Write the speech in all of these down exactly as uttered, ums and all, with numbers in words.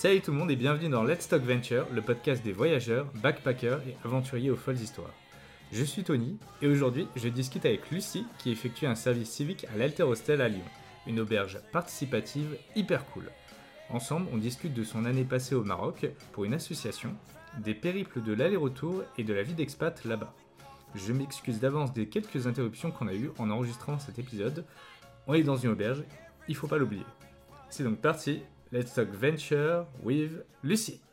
Salut tout le monde et bienvenue dans Let's Talk Venture, le podcast des voyageurs, backpackers et aventuriers aux folles histoires. Je suis Tony et aujourd'hui je discute avec Lucie qui effectue un service civique à l'Alter Hostel à Lyon, une auberge participative hyper cool. Ensemble on discute de son année passée au Maroc pour une association, des périples de l'aller-retour et de la vie d'expat là-bas. Je m'excuse d'avance des quelques interruptions qu'on a eues en enregistrant cet épisode. On est dans une auberge, il faut pas l'oublier. C'est donc parti. Let's Talk Venture with Lucie.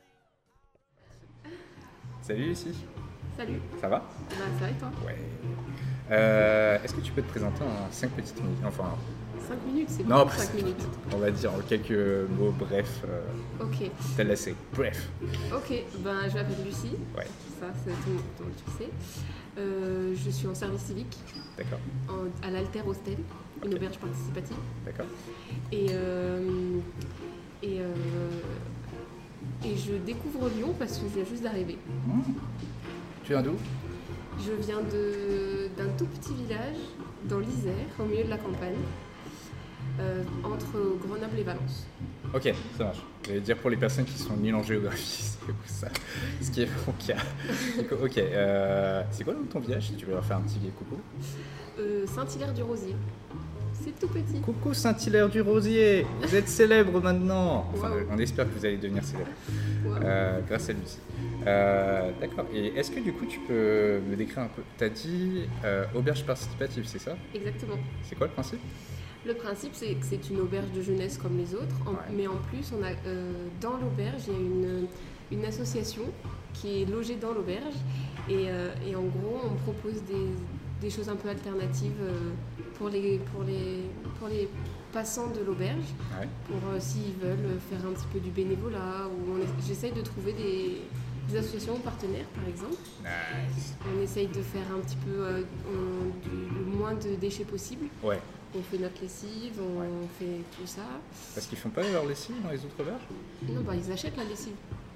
Salut Lucie. Salut. Ça va? Bah ça va et toi? Ouais. Euh, est-ce que tu peux te présenter en cinq petites minutes? Enfin... cinq minutes, c'est non, bon cinq minutes. On va dire en quelques mots brefs. Euh, ok. Tel assez. Bref. Ok, ben je m'appelle Lucie. Ouais. Ça, c'est tout, tout le monde le sait. Euh, je suis en service civique. D'accord. En, à l'Alter Hostel, une Okay. auberge participative. D'accord. Et... Euh, Et, euh, et je découvre Lyon parce que je viens juste d'arriver. Mmh. Tu viens d'où? Je viens de, d'un tout petit village dans l'Isère, au milieu de la campagne, euh, entre Grenoble et Valence. Ok, ça marche. Je vais dire pour les personnes qui sont nulles en géographie, c'est où ça? Ce qui est mon cas. Ok, euh, c'est quoi le nom de ton village si tu veux leur faire un petit coucou? euh, Saint-Hilaire-du-Rosier. C'est tout petit. Coucou Saint-Hilaire-du-Rosier, vous êtes célèbre maintenant. Enfin, Wow. on espère que vous allez devenir célèbre Wow. euh, grâce à Lucie. Euh, D'accord. Et est-ce que du coup tu peux me décrire un peu? T'as dit euh, auberge participative, c'est ça? Exactement. C'est quoi le principe? Le principe, c'est que c'est une auberge de jeunesse comme les autres, en- Ouais. mais en plus, on a, euh, dans l'auberge, il y a une, une association qui est logée dans l'auberge. Et, euh, et en gros, on propose des, des choses un peu alternatives euh, pour, les, pour, les, pour les passants de l'auberge, Ouais. pour euh, s'ils veulent faire un petit peu du bénévolat. Ou on est- j'essaye de trouver des, des associations partenaires, par exemple. Nice. On essaye de faire un petit peu euh, on- du, le moins de déchets possible. Ouais. On fait notre lessive, on Ouais. fait tout ça. Parce qu'ils font pas leur lessive dans les autres auberges? Non, bah ils achètent la lessive.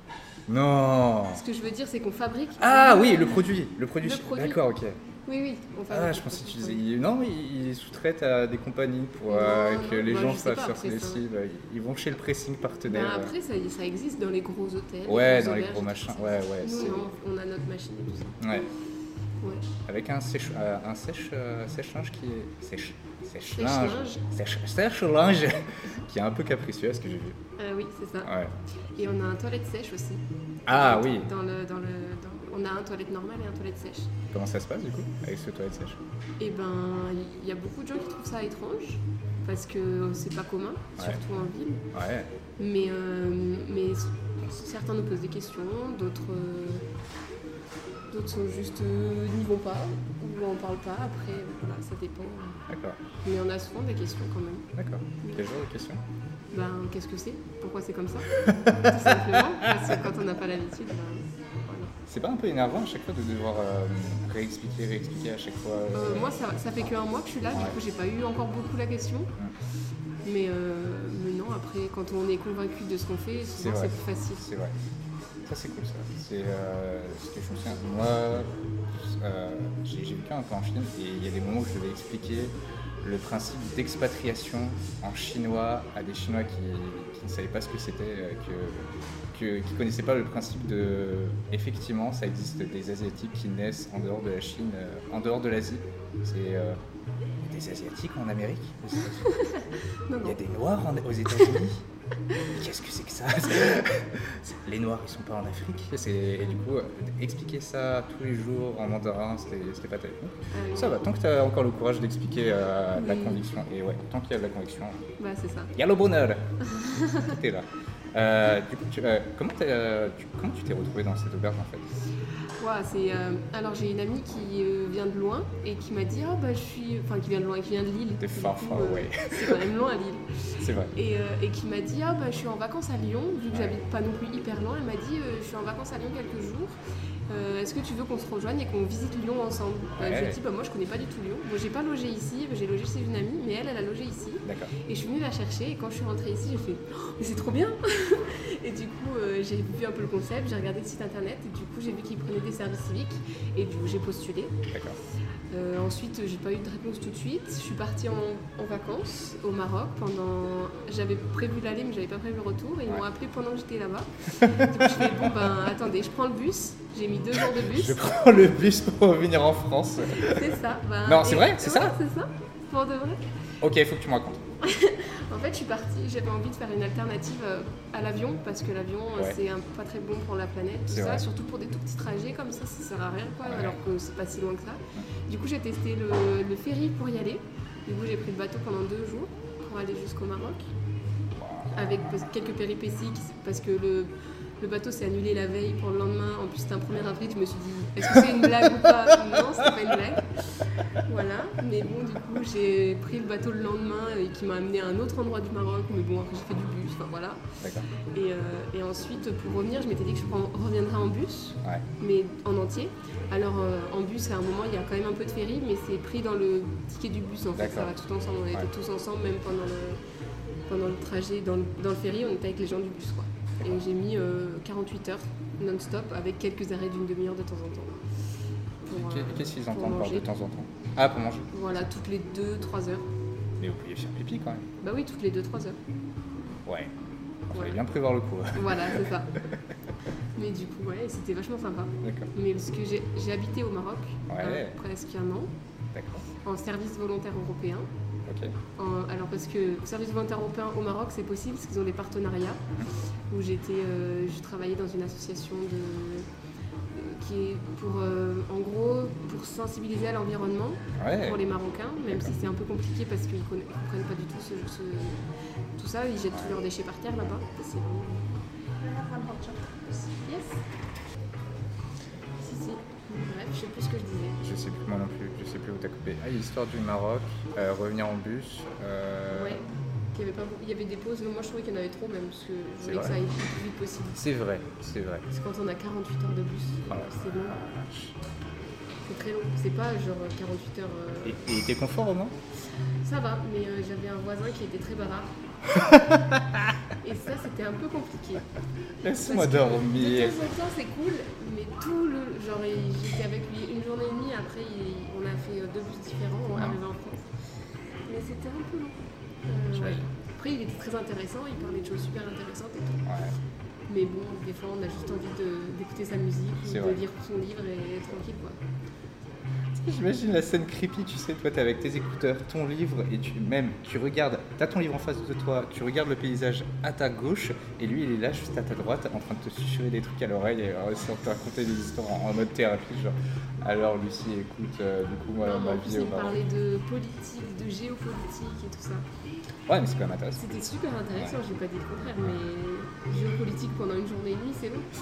Non. Ce que je veux dire, c'est qu'on fabrique. Ah oui, le produit. Le produit. Le produit. D'accord, ok. Oui, oui, on fabrique. Ah, je pensais que tu disais. ils- Non, ils ils sous-traitent à des compagnies pour euh, Non, que non, les bah, gens je sais fassent pas, leur après, ça. lessive. Ils vont chez le pressing partenaire. Ben, après, ça, ça existe dans les gros hôtels. Ouais, grosses dans les auberges, gros tout machins. ça. Ouais, ouais. Nous, c'est- non, on a notre machine et tout ça. Ouais. Ouais. Avec un sèche, euh, un sèche, euh, sèche-linge qui est sèche, sèche-linge, Sèche-linge. sèche, sèche-linge qui est un peu capricieux à ce que j'ai vu. Euh, oui, c'est ça. Ouais. Et on a un toilette sèche aussi. Ah Dans- oui. Dans le, dans le, dans- On a un toilette normal et un toilette sèche. Comment ça se passe du coup avec ce toilette sèche? Et ben, il y a beaucoup de gens qui trouvent ça étrange parce que c'est pas commun, Ouais. surtout en ville. Ouais. Mais, euh, mais certains nous posent des questions, d'autres, euh, d'autres sont juste euh, n'y vont pas ou en parlent pas. Après, voilà, ça dépend. D'accord. Mais on a souvent des questions quand même. D'accord. Quel genre de question? Ben, qu'est-ce que c'est? Pourquoi c'est comme ça? Tout simplement, parce que quand on n'a pas l'habitude, ben, voilà. C'est pas un peu énervant à chaque fois de devoir euh, réexpliquer, réexpliquer à chaque fois euh, Euh, moi, ça, ça fait qu'un mois que je suis là, Ouais. du coup, j'ai pas eu encore beaucoup la question. Mais, euh, mais non, après, quand on est convaincu de ce qu'on fait, C'est souvent vrai. c'est plus facile. C'est vrai. Ça c'est cool ça. C'est euh, ce que je me souviens. Moi, euh, j'ai j'ai vécu un peu en Chine et il y a des moments où je devais expliquer le principe d'expatriation en chinois à des Chinois qui, qui ne savaient pas ce que c'était, euh, que, que, qui ne connaissaient pas le principe de... Effectivement, ça existe des Asiatiques qui naissent en dehors de la Chine, euh, en dehors de l'Asie. C'est euh, des Asiatiques en Amérique, aux États-Unis. Non, Il y a non. des Noirs en- aux États-Unis. Qu'est-ce que c'est que ça? C'est- Les Noirs, ils sont pas en Afrique. C'est- Et du coup, euh, expliquer ça tous les jours en mandarin, c'était c'était pas terrible. Ah oui. Ça va, tant que tu as encore le courage d'expliquer euh, la Oui. conviction. Et ouais, tant qu'il y a de la conviction, Bah, c'est ça. il y a le bonheur. Tout est là. Euh, du coup, tu, euh, comment, t'es, euh, tu, comment tu t'es retrouvé dans cette auberge en fait? Ouah, c'est, euh, alors j'ai une amie qui euh, vient de loin et qui m'a dit ah bah je suis, enfin qui vient de loin, qui vient de Lille. T'es Du far, coup, far euh, away. C'est quand même loin à Lille. C'est vrai. Et, euh, et qui m'a dit ah bah je suis en vacances à Lyon, vu que Ouais. j'habite pas non plus hyper loin. Elle m'a dit euh, je suis en vacances à Lyon quelques jours. Euh, Est-ce que tu veux qu'on se rejoigne et qu'on visite Lyon ensemble? Bah, Je lui ai Ouais. dit bah moi je connais pas du tout Lyon. Bon, j'ai pas logé ici, j'ai logé chez une amie, mais elle elle a logé ici. D'accord. Et je suis venue la chercher et quand je suis rentrée ici, j'ai fait oh, mais c'est trop bien. Et du coup, euh, j'ai vu un peu le concept, j'ai regardé le site internet et du coup, j'ai vu qu'ils prenaient des services civiques et du coup, j'ai postulé. D'accord. Euh, ensuite, j'ai pas eu de réponse tout de suite. Je suis partie en, en vacances au Maroc pendant. J'avais prévu l'aller, mais j'avais pas prévu le retour. Et ils Ouais. m'ont appelé pendant que j'étais là-bas. Du coup, je fais bon ben attendez, je prends le bus. J'ai mis deux jours de bus. Je prends le bus pour revenir en France. C'est ça. Ben, Non, c'est et- vrai, c'est ça ouais, c'est ça. Pour de vrai. Ok, il faut que tu me racontes. En fait, je suis partie. J'avais envie de faire une alternative euh, à l'avion parce que l'avion, euh, Ouais. c'est un- pas très bon pour la planète. Tout C'est ça, vrai. surtout pour des tout petits trajets comme ça, ça sert à rien quoi. Ouais. Alors que c'est pas si loin que ça. Du coup, j'ai testé le, le ferry pour y aller. Du coup, j'ai pris le bateau pendant deux jours pour aller jusqu'au Maroc. Avec quelques péripéties qui- parce que le, le bateau s'est annulé la veille pour le lendemain. En plus, c'était un premier avril. Je me suis dit, est-ce que c'est une blague ou pas? Non, c'était pas une blague. Voilà. Mais bon, du coup, j'ai pris le bateau le lendemain et qui m'a amené à un autre endroit du Maroc. Mais bon, après, j'ai fait du bus. Enfin, voilà. D'accord. Et, euh, et ensuite, pour revenir, je m'étais dit que je prends- reviendrais en bus, Ouais. mais en entier. Alors, euh, en bus, à un moment, il y a quand même un peu de ferry, mais c'est pris dans le ticket du bus. En fait, ça D'accord. va tout ensemble. On était Ouais. tous ensemble, même pendant le, pendant le trajet dans le, dans le ferry, on était avec les gens du bus. Quoi. Et j'ai mis euh, quarante-huit heures non-stop, avec quelques arrêts d'une demi-heure de temps en temps. Pour, euh, Qu'est- Qu'est-ce qu'ils pour entendent par manger. de temps en temps? Ah, pour manger. Voilà, toutes les deux trois heures. Mais vous pouviez faire pipi quand même. Bah oui, toutes les deux trois heures. Ouais. Il fallait Ouais. bien prévoir le coup. Voilà, c'est ça. Mais du coup, ouais, c'était vachement sympa. D'accord. Mais parce que j'ai j'ai habité au Maroc Ouais. euh, presque un an D'accord. en service volontaire européen. Ok. En- alors parce que service volontaire européen au Maroc c'est possible parce qu'ils ont des partenariats où j'étais, euh, je travaillais dans une association de, euh, qui est pour euh, en gros pour sensibiliser à l'environnement Ouais. pour les Marocains, même si c'est un peu compliqué parce qu'ils ne comprennent pas du tout ce, ce- tout ça, ils jettent tous leurs déchets par terre là-bas. C'est vraiment- Yes. Si si. Bref, je sais plus ce que je disais. Je sais plus, moi non plus, je sais plus où t'as coupé. Ah, l'histoire du Maroc, euh, revenir en bus. euh, Ouais. Qu'il y avait pas beaucoup- il y avait des pauses, mais moi je trouvais qu'il y en avait trop même parce que je C'est voulais que vrai. ça aille le plus vite possible. C'est vrai, c'est vrai. Parce que quand on a quarante-huit heures de bus, Oh la c'est long. C'est très long. C'est pas genre quarante-huit heures. euh, Et, et tes conforts au moins? Ça va, mais euh, j'avais un voisin qui était très bavard. Et ça, c'était un peu compliqué. Laisse-moi Parce que dormir. De temps en temps, c'est cool, mais tout le. Genre, il- j'étais avec lui une journée et demie, après, il- on a fait euh, deux bus différents, on est arrivé en France. Mais c'était un peu long. Euh, ouais. J'imagine. Après, il était très intéressant, il parlait de choses super intéressantes et tout. Ouais. Mais bon, des fois, on a juste envie de- d'écouter sa musique, C'est ou de vrai. lire son livre et être tranquille, quoi. J'imagine la scène creepy, tu sais, toi t'es avec tes écouteurs, ton livre, et tu même tu regardes, t'as ton livre en face de toi, tu regardes le paysage à ta gauche, et lui il est là juste à ta droite en train de te susurrer des trucs à l'oreille et euh, essayer de te raconter des histoires en, en mode thérapie, genre alors Lucie écoute, euh, du coup moi Non, mais ma en plus, vie il au me Maroc. parlait de politique, de géopolitique et tout ça. Ouais mais c'est quand même intéressant. C'était super intéressant, j'ai pas dit le contraire, mais géopolitique pendant une journée et demie, c'est long.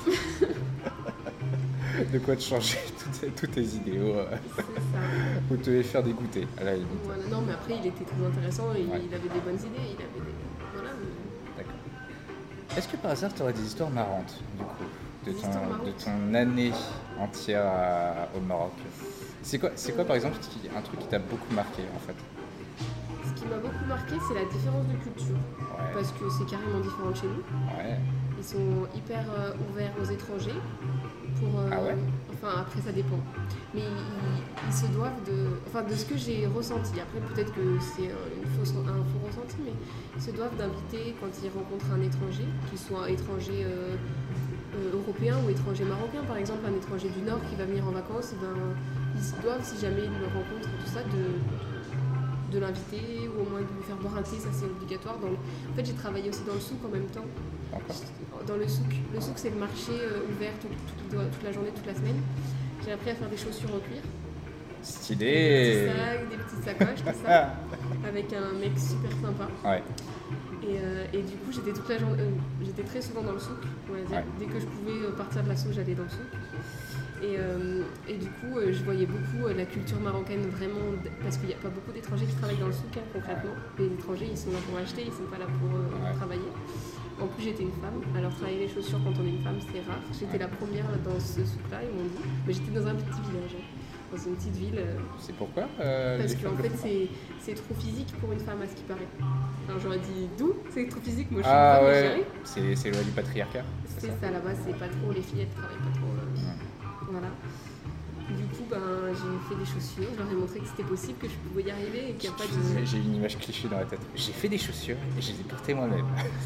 De quoi te changer toutes, tes- toutes tes idéaux, euh, C'est ça. ou te les faire dégoûter à la limite. Voilà. Non, mais après, il était très intéressant et Ouais. il avait des bonnes idées. Il avait des... Voilà. mais- D'accord. Est-ce que par hasard tu aurais des histoires marrantes du coup de Des ton, histoires de marrantes ton année entière à- au Maroc? C'est quoi, c'est quoi par exemple qui- un truc qui t'a beaucoup marqué en fait? Ce qui m'a beaucoup marqué, c'est la différence de culture. Ouais. Parce que c'est carrément différent de chez nous. Ouais. Ils sont hyper euh, ouverts aux étrangers. Pour, euh, Ah ouais. Enfin, après, ça dépend. Mais ils, ils se doivent de. Enfin, de ce que j'ai ressenti. Après, peut-être que c'est euh, une fausse, un faux ressenti, mais ils se doivent d'inviter quand ils rencontrent un étranger, qu'il soit étranger euh, euh, européen ou étranger marocain, par exemple, un étranger du Nord qui va venir en vacances, ben, ils se doivent, si jamais ils le rencontrent, tout ça, de, de l'inviter ou au moins de lui faire boire un thé, ça c'est obligatoire. Dans le- En fait, j'ai travaillé aussi dans le souk en même temps. Encore. Dans le souk. Le souk, c'est le marché euh, ouvert tout- tout- toute la journée, toute la semaine. J'ai appris à faire des chaussures en cuir. Des Stylé. petits sacs, des petites sacoches, tout ça. Avec un mec super sympa. Ouais. Et, euh, et du coup, j'étais toute la journée. euh, j'étais très souvent dans le souk. on va dire. Ouais. Dès que je pouvais euh, partir de l'assaut, j'allais dans le souk. Et, euh, et du coup, euh, je voyais beaucoup euh, la culture marocaine vraiment. d- Parce qu'il n'y a pas beaucoup d'étrangers qui travaillent dans le souk, hein, concrètement. Les étrangers, ils sont là pour acheter, ils sont pas là pour euh, Ouais. travailler. En plus, j'étais une femme. Alors, travailler les chaussures quand on est une femme, c'est rare. J'étais la première dans ce souk-là, ils m'ont dit. Mais j'étais dans un petit village, hein, dans une petite ville. euh, C'est pourquoi euh, parce les qu'en femmes fait, le font c'est, c'est trop physique pour une femme, à ce qui paraît. Alors, j'aurais dit d'où c'est trop physique, moi je suis Ah une femme, mais j'y ouais, arrive. c'est c'est loi du patriarcat. C'est ça, là-bas, c'est pas trop, les filles elles travaillent pas trop. euh, Voilà. Du coup, ben, j'ai fait des chaussures, je leur ai montré que c'était possible, que je pouvais y arriver et qu'il n'y a pas de... J'ai une image cliché dans la tête. J'ai fait des chaussures et je les ai portées moi-même.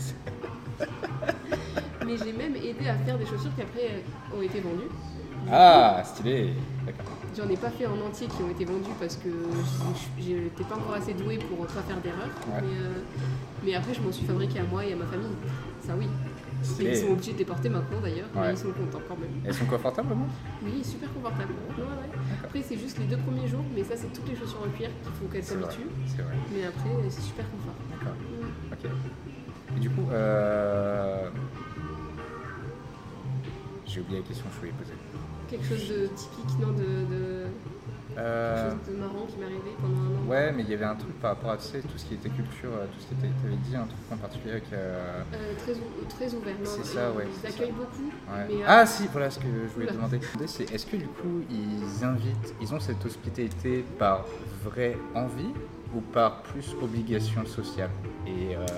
Mais j'ai même aidé à faire des chaussures qui après ont été vendues. Ah, stylé. D'accord. J'en ai pas fait en entier qui ont été vendus parce que je n'étais pas encore assez douée pour pas faire d'erreur. Ouais. Mais, euh, mais après, je m'en suis fabriqué à moi et à ma famille. Ça, oui. Et ils sont obligés de les porter maintenant d'ailleurs, ouais. Mais ils sont contents quand même. Elles sont confortables vraiment ? Oui, super confortables. Ouais, ouais. Après, c'est juste les deux premiers jours, mais ça, c'est toutes les chaussures en cuir qu'il faut qu'elles s'habituent. C'est vrai. Mais après, c'est super confort. D'accord. Mm. Ok. Et du coup, euh... j'ai oublié la question que je voulais poser. Quelque chose de typique, non, de, de... Euh... quelque chose de marrant qui m'est arrivé pendant un an. Ouais, mais il y avait un truc par rapport à tu sais, tout ce qui était culture, tout ce qui était, tu avais dit, un truc en particulier avec. Euh... Euh, très, très ouvert, non. C'est ça, ouais. Ils accueillent beaucoup. Ouais. Mais, euh... Ah si, voilà ce que je voulais te demander. C'est est-ce que du coup ils invitent, ils ont cette hospitalité par vraie envie ou par plus obligation sociale et euh...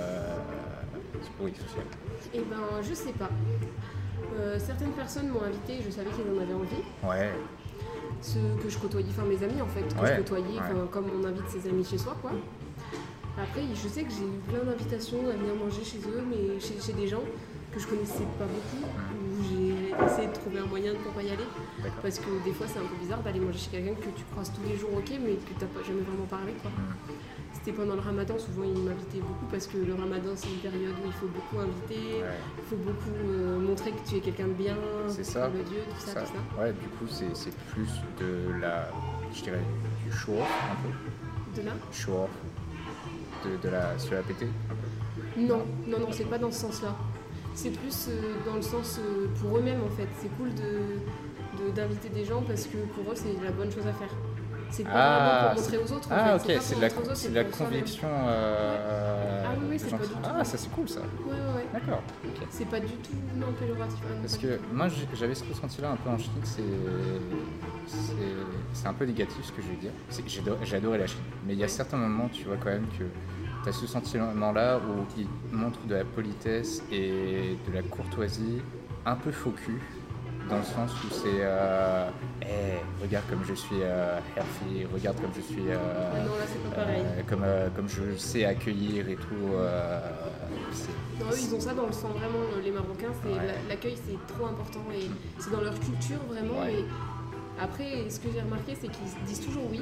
oui, sociale. Eh ben, je sais pas. Euh, certaines personnes m'ont invité, je savais qu'ils en avaient envie. Ouais. Ceux que je côtoyais, enfin mes amis en fait, que ouais. je côtoyais, ouais. comme on invite ses amis chez soi, quoi. Après, je sais que j'ai eu plein d'invitations à venir manger chez eux, mais chez, chez des gens que je connaissais pas beaucoup, où j'ai essayé de trouver un moyen de ne pas y aller. D'accord. Parce que des fois, c'est un peu bizarre d'aller manger chez quelqu'un que tu croises tous les jours, ok, mais que tu n'as jamais vraiment parlé, quoi. C'était pendant le ramadan, souvent ils m'invitaient beaucoup parce que le ramadan c'est une période où il faut beaucoup inviter, ouais. Il faut beaucoup euh, montrer que tu es quelqu'un de bien, c'est ça. Le Dieu, tout ça, ça, tout ça. Ouais, du coup c'est, c'est plus de la, je dirais, du show-off un peu. De la show-off, de, de la, se la péter un peu. Non, non, non, c'est pas dans ce sens-là. C'est plus euh, dans le sens euh, pour eux-mêmes en fait. C'est cool de, de, d'inviter des gens parce que pour eux c'est la bonne chose à faire. C'est pas ah, vraiment pour montrer aux autres. Ah, en fait. ok, c'est, c'est de la, autres, c'est de la conviction. Euh, ah, oui, oui, c'est pas du tout. Ah, ça, c'est cool ça. Ouais, ouais, ouais. D'accord. Okay. C'est pas du tout non péjoratif. Parce que moi, j'avais ce ressenti-là un peu en Chine, c'est, c'est, c'est un peu négatif ce que je vais dire. C'est, j'ai, j'ai adoré la Chine, mais il y a certains moments, tu vois quand même que tu as ce sentiment-là où ils montrent de la politesse et de la courtoisie un peu faux cul. Dans le sens où c'est euh, hey, regarde comme je suis euh, healthy, regarde comme je suis euh, non, là, c'est pas pareil. Euh, comme, euh, comme je sais accueillir et tout euh, c'est... Non, eux ils ont ça dans le sang vraiment, les Marocains, c'est, ouais. L'accueil c'est trop important et c'est dans leur culture vraiment. Ouais. Et après ce que j'ai remarqué c'est qu'ils disent toujours oui,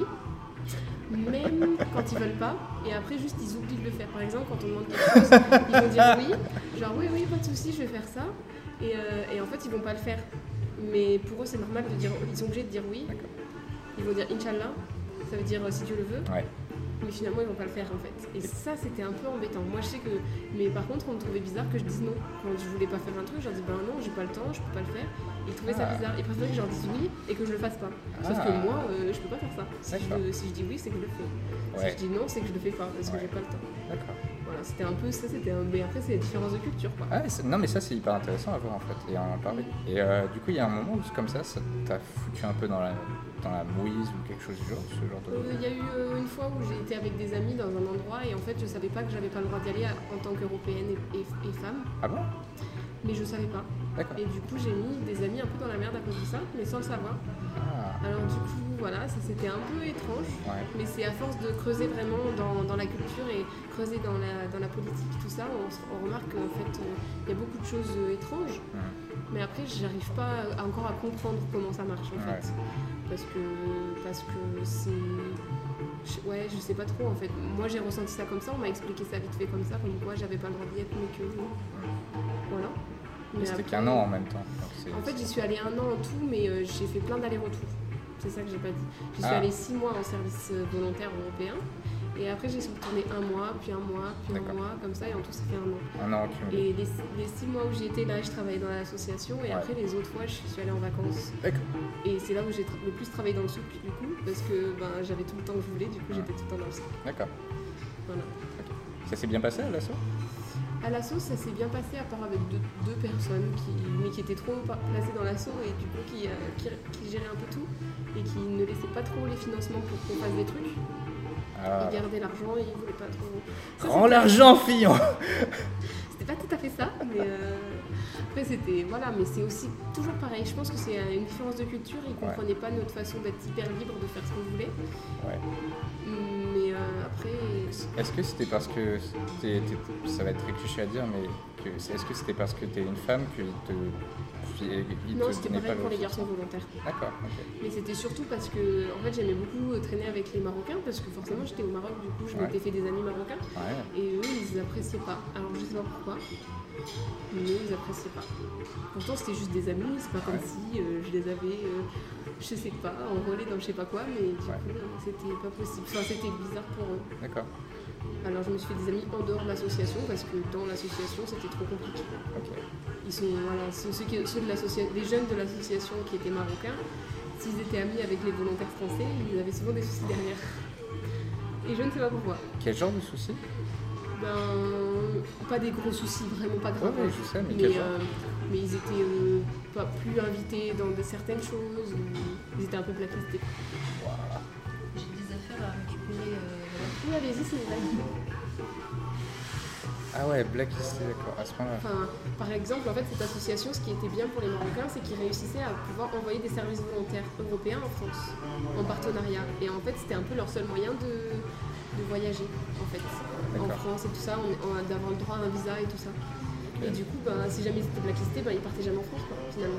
même quand ils veulent pas, et après juste ils oublient de le faire. Par exemple quand on demande quelque chose, ils vont dire oui, genre oui oui pas de souci je vais faire ça, et, euh, et en fait ils vont pas le faire. Mais pour eux, c'est normal de dire, ils sont obligés de dire oui. D'accord. Ils vont dire Inch'Allah, ça veut dire euh, si Dieu le veut. Ouais. Mais finalement, ils vont pas le faire en fait. Et ça, c'était un peu embêtant. Moi, je sais que. Mais par contre, on me trouvait bizarre que je dise non. Quand je voulais pas faire un truc, je leur dis ben non, j'ai pas le temps, je peux pas le faire. Ils trouvaient ah. ça bizarre. Ils préféraient que je leur dise oui et que je le fasse pas. Ah. Sauf que moi, euh, je peux pas faire ça. Si je, si je dis oui, c'est que je le fais. Ouais. Si je dis non, c'est que je le fais pas parce que ouais. j'ai pas le temps. D'accord. Voilà, c'était un peu ça, c'était un... mais après c'est la différence de culture quoi. Ah, non mais ça c'est hyper intéressant à voir en fait et à en parler. Et euh, du coup il y a un moment où comme ça, ça t'a foutu un peu dans la, dans la mouise ou quelque chose du genre, ce genre de... Il euh, y a eu euh, une fois où j'ai été avec des amis dans un endroit et en fait je savais pas que j'avais pas le droit d'y aller en tant qu'européenne et, et, et femme. Ah bon? Mais je savais pas. D'accord. Et du coup j'ai mis des amis un peu dans la merde à cause de ça, mais sans le savoir. Ah. Alors du coup voilà, ça c'était un peu étrange, ouais. Mais c'est à force de creuser vraiment dans, dans la culture et creuser dans la, dans la politique, tout ça, on, on remarque qu'en fait il euh, y a beaucoup de choses euh, étranges, mmh. Mais après j'arrive pas à, encore à comprendre comment ça marche en ouais. fait, parce que, parce que c'est... Je, ouais, je sais pas trop en fait. Moi j'ai ressenti ça comme ça, on m'a expliqué ça vite fait comme ça, comme quoi j'avais pas le droit d'y être, mais que... Voilà. Mais c'était après, qu'un an en même temps. Donc en fait j'y suis allée un an en tout, mais euh, j'ai fait plein d'allers-retours. C'est ça que j'ai pas dit. J'y suis ah. allée six mois en service volontaire européen. Et après, j'ai retourné un mois, puis un mois, puis D'accord. un mois, comme ça, et en tout, ça fait un an. Un an, ok. Et les, les six mois où j'étais là, je travaillais dans l'association, et ouais. après, les autres fois, je suis allée en vacances. D'accord. Et c'est là où j'ai tra- le plus travaillé dans le souk, du coup, parce que ben, j'avais tout le temps que je voulais, du coup, j'étais tout le temps dans le souk. D'accord. Voilà. Okay. Ça s'est bien passé à l'assaut ? À l'assaut, ça s'est bien passé, à part avec deux, deux personnes, qui, mais qui étaient trop placées dans l'assaut, et du coup, qui, euh, qui, qui géraient un peu tout, et qui ne laissaient pas trop les financements pour qu'on fasse des trucs. Ah. Ils gardaient l'argent et ils voulaient pas trop. Ça, Rends l'argent, fille. C'était pas tout à fait ça, mais euh... Après, c'était. Voilà, mais c'est aussi toujours pareil. Je pense que c'est une différence de culture. Ils ne Ouais. comprenaient pas notre façon d'être hyper libre, de faire ce qu'on voulait. Ouais. Mais euh, après. Est-ce que c'était parce que t'es- t'es- ça va être très cliché à dire, mais que, est-ce que c'était parce que tu es une femme qu'ils te, ils Non, te c'était donnaient pareil pas pour le- les garçons volontaires. D'accord, ok. Mais c'était surtout parce que en fait, j'aimais beaucoup traîner avec les Marocains parce que forcément j'étais au Maroc, du coup je Ouais. m'étais fait des amis marocains Ouais. et eux ils appréciaient pas. Alors je sais pas pourquoi, mais ils appréciaient pas. Pourtant c'était juste des amis, c'est pas comme Ouais. si euh, je les avais, euh, je sais pas, enrôlés dans je sais pas quoi, mais du Ouais. coup euh, c'était pas possible. Enfin c'était bizarre pour eux. D'accord, Alors je me suis fait des amis en dehors de l'association parce que dans l'association c'était trop compliqué. ok. Ils sont, voilà, ceux, ceux qui- ceux de l'association, les jeunes de l'association qui étaient marocains, s'ils étaient amis avec les volontaires français, ils avaient souvent des soucis derrière. Et je ne sais pas pourquoi. Quel genre de soucis? Ben, pas des gros soucis, vraiment pas Ouais, graves. ouais, je sais, mais mais, quel genre? euh, mais ils étaient euh, pas plus invités dans de certaines choses, ou ils étaient un peu blacklistés. Waouh. J'ai des affaires à récupérer. Euh, Oui, allez-y, c'est vrai. Ah ouais, blacklisté, d'accord, à ce point-là. Enfin, par exemple, en fait, cette association, ce qui était bien pour les Marocains, c'est qu'ils réussissaient à pouvoir envoyer des services volontaires européens en France, en partenariat. Et en fait, c'était un peu leur seul moyen de, de voyager, en fait, en D'accord. France et tout ça, on- on- d'avoir le droit à un visa et tout ça. Et du coup, ben, si jamais ils étaient blacklistés, ben, ils partaient jamais en France, quoi, finalement.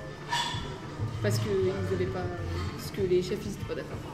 Parce qu'ils n'avaient pas. Parce que les chefs, ils n'étaient pas d'accord.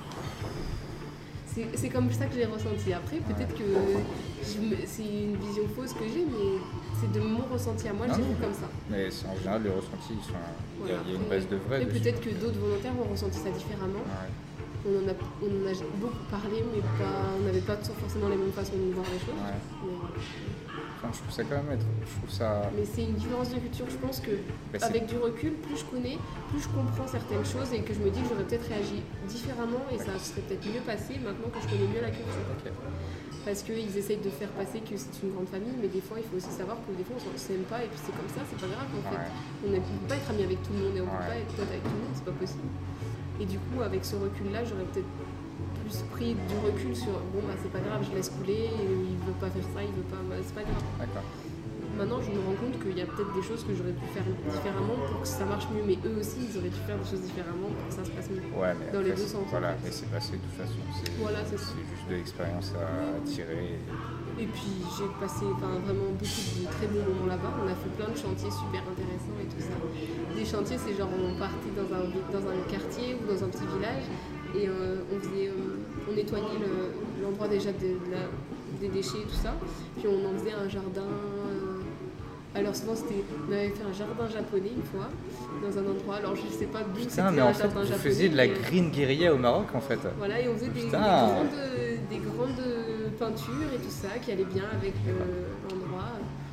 C'est c'est comme ça que j'ai ressenti. Après, peut-être que je me- c'est une vision fausse que j'ai, mais c'est de mon ressenti à moi, Non, j'ai non, vu mais- comme ça. Mais c'est- en général, les ressentis, ils sont... il y a, Voilà, il y a une après- base de vrai après, dessus. peut-être que d'autres volontaires ont ressenti ça différemment. Ouais. On en a, on en a beaucoup parlé, mais pas, on n'avait pas forcément les mêmes façons de voir les choses. Ouais. Mais, voilà. Enfin, je trouve ça quand même être... Je trouve ça... Mais c'est une différence de culture. Je pense que Bah, c'est- avec du recul, plus je connais, plus je comprends certaines choses et que je me dis que j'aurais peut-être réagi différemment et ça serait peut-être mieux passé maintenant que je connais mieux la culture. Ok. Parce qu'ils essayent de faire passer que c'est une grande famille, mais des fois il faut aussi savoir que des fois on ne s'aime pas et puis c'est comme ça, c'est pas grave en fait. Ouais. On ne peut pas être ami avec tout le monde et on ne Ouais. peut pas être pote avec tout le monde, c'est pas possible. Et du coup, avec ce recul-là, j'aurais peut-être plus pris du recul sur bon, bah c'est pas grave, je laisse couler, il veut pas faire ça, il veut pas, bah, c'est pas grave. D'accord. Maintenant, je me rends compte qu'il y a peut-être des choses que j'aurais pu faire différemment pour que ça marche mieux, mais eux aussi, ils auraient dû faire des choses différemment pour que ça se passe mieux. Ouais, mais Dans les après, deux c'est- sens, en Voilà, fait. mais c'est passé de toute façon. C'est Voilà, c'est ça. c'est juste de l'expérience à tirer. Et puis j'ai passé enfin, vraiment beaucoup de très bons moments là-bas. On a fait plein de chantiers super intéressants et tout ça. Des chantiers, c'est genre on partait dans un, vi- dans un quartier ou dans un petit village et euh, on faisait, euh, on nettoyait le- l'endroit déjà de, de la- des déchets et tout ça. Puis on en faisait un jardin. euh, alors souvent c'était, on avait fait un jardin japonais une fois dans un endroit. Alors je sais pas d'où c'était Putain, mais un en fait, jardin vous japonais. faisiez de la mais- green guérilla au Maroc, en fait. Voilà, et on faisait des, des Putain. grandes, des grandes peintures et tout ça qui allaient bien avec euh, l'endroit.